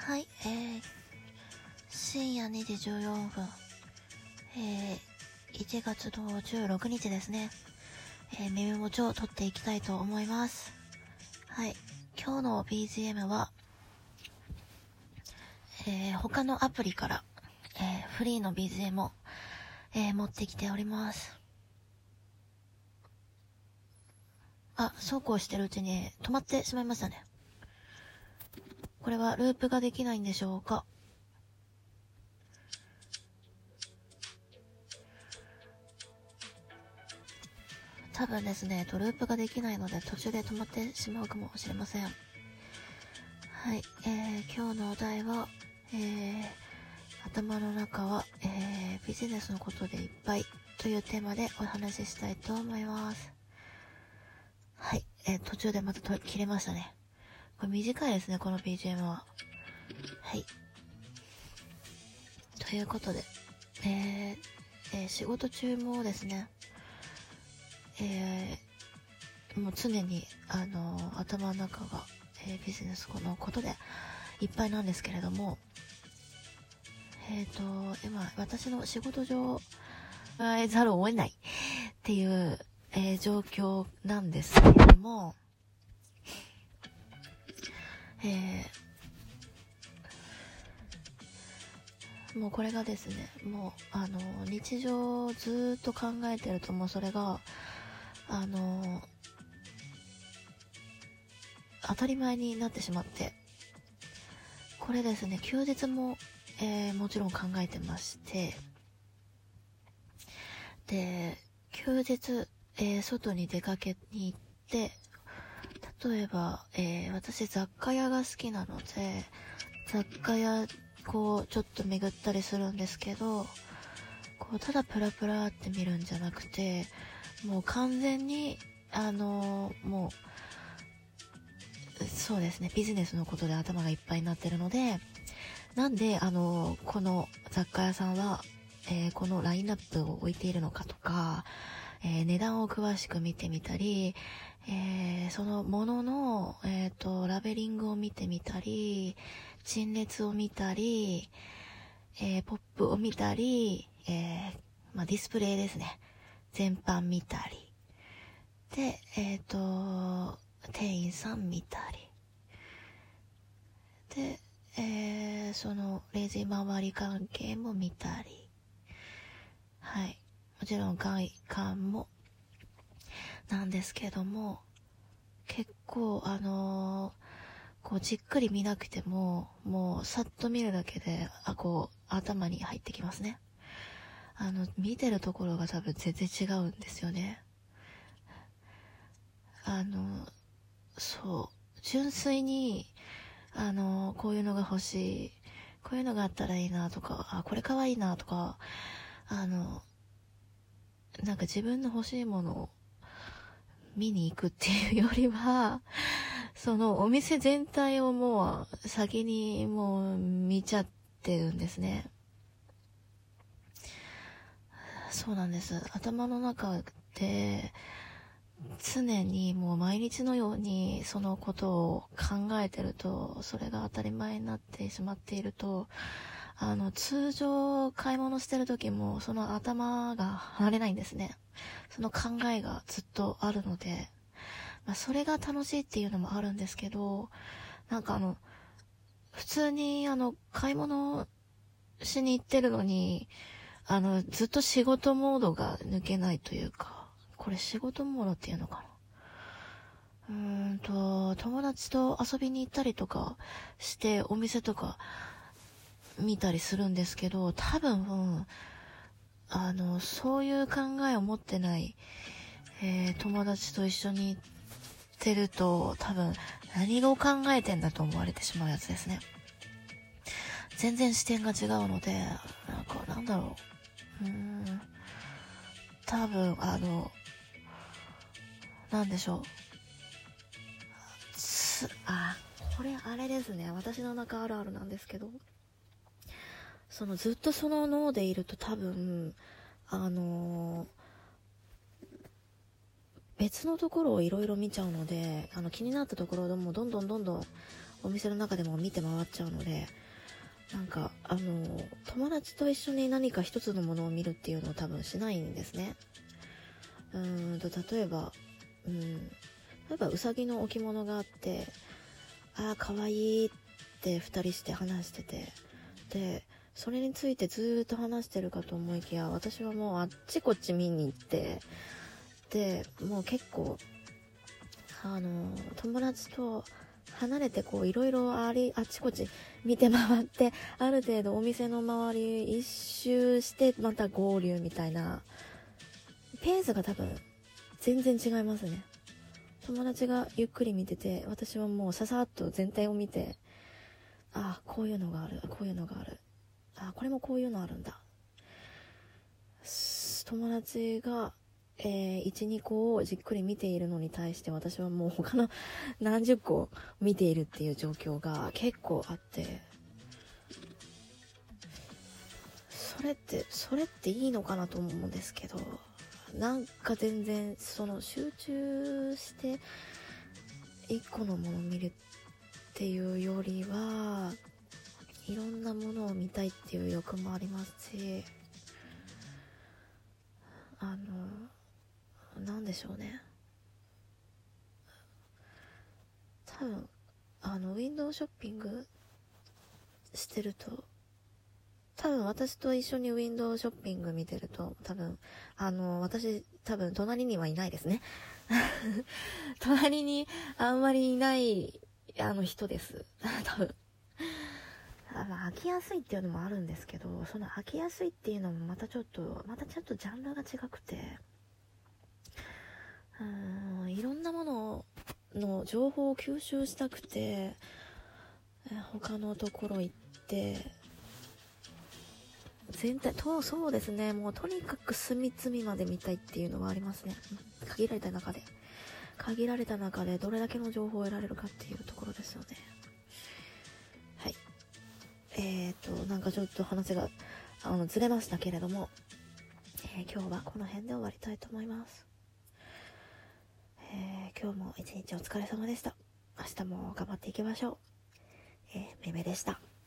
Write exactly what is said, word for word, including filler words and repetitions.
はい、えー、深夜にじじゅうよんぷん、えー、いちがつのじゅうろくにちですね。えー、耳持ちを撮っていきたいと思います。はい、今日の ビージーエム は、えー、他のアプリから、えー、フリーの ビージーエム を、えー、持ってきております。あ、そうこうしてるうちに止まってしまいましたね。これはループができないんでしょうか。多分ですね、ループができないので途中で止まってしまうかもしれません。はい、えー、今日のお題は、えー、頭の中は、えー、ビジネスのことでいっぱいというテーマでお話ししたいと思います。はい、えー、途中でまたと切れましたね。これ短いですね、この ビージーエム は。はい。ということで、えーえー、仕事中もですね、えー、もう常に、あのー、頭の中が、えー、ビジネスのことでいっぱいなんですけれども、えっと、今、私の仕事上、考えざるを得ないっていう、えー、状況なんですけれども、えー、もうこれがですね、もう、あのー、日常ずーっと考えてると、もうそれが、あのー、当たり前になってしまって、これですね、休日も、えー、もちろん考えてまして、で、休日、えー、外に出かけに行って、例えば、えー、私雑貨屋が好きなので、雑貨屋、こう、ちょっと巡ったりするんですけど、こう、ただプラプラって見るんじゃなくて、もう完全に、あのー、もう、そうですね、ビジネスのことで頭がいっぱいになってるので、なんで、あのー、この雑貨屋さんは、えー、このラインナップを置いているのかとか、えー、値段を詳しく見てみたり、えー、そのものの、えーと、ラベリングを見てみたり、陳列を見たり、えー、ポップを見たり、えー、まあ、ディスプレイですね。全般見たり。で、えーと、店員さん見たり。で、えー、そのレジ回り関係も見たり。はい。もちろん外観もなんですけども、結構あのー、こうじっくり見なくても、もうさっと見るだけで、あ、こう頭に入ってきますね。あの、見てるところが多分全然違うんですよね。あの、そう、純粋に、あの、こういうのが欲しい、こういうのがあったらいいなとか、あ、これかわいいなとか、あの、なんか自分の欲しいものを見に行くっていうよりは、そのお店全体をもう先にもう見ちゃってるんですね。そうなんです。頭の中で常にもう毎日のようにそのことを考えてると、それが当たり前になってしまっていると、あの通常買い物してる時もその頭が離れないんですね。その考えがずっとあるので、まあ、それが楽しいっていうのもあるんですけど、なんかあの普通にあの買い物しに行ってるのに、あのずっと仕事モードが抜けないというか、これ仕事モードっていうのかな。うーんと友達と遊びに行ったりとかしてお店とか見たりするんですけど、多分あのそういう考えを持ってない、えー、友達と一緒に行ってると、多分何を考えてんだと思われてしまうやつですね。全然視点が違うので、なんかなんだろう、うーん多分あのなんでしょう、つあこれあれですね、私の中あるあるなんですけど、そのずっとその脳でいると多分あの別のところをいろいろ見ちゃうので、あの気になったところでもどんどんどんどんお店の中でも見て回っちゃうので、なんかあの友達と一緒に何か一つのものを見るっていうのを多分しないんですね。うーんと例えばうん例えばうさぎの置物があって、あーかわいいって二人して話してて、でそれについてずーっと話してるかと思いきや、私はもうあっちこっち見に行って、でもう結構あの友達と離れてこういろいろありあっちこっち見て回って、ある程度お店の周り一周してまた合流みたいなペースが多分全然違いますね。友達がゆっくり見てて、私はもうささっと全体を見て、あこういうのがある、こういうのがある、あこれもこういうのあるんだ。友達がえー、いち、にこをじっくり見ているのに対して、私はもう他の何十個見ているっていう状況が結構あって、それってそれっていいのかなと思うんですけど、なんか全然その集中して一個のものを見るっていうよりは、いろんなものを見たいっていう欲もありますし、あのなんでしょうね、多分あのウィンドウショッピングしてると、多分私と一緒にウィンドウショッピング見てると、多分あの私多分隣にはいないですね隣にあんまりいないあの人です多分あ、まあ、飽きやすいっていうのもあるんですけど、その飽きやすいっていうのもまたちょっとまたちょっとジャンルが違くて、うーんいろんなものの情報を吸収したくて他のところ行って全体と、そうですね、もうとにかく隅々まで見たいっていうのはありますね。限られた中で限られた中でどれだけの情報を得られるかっていうところですよね。はい、えーとなんかちょっと話があのずれましたけれども、えー、今日はこの辺で終わりたいと思います。えー、今日も一日お疲れ様でした。明日も頑張っていきましょう。えー、めめでした。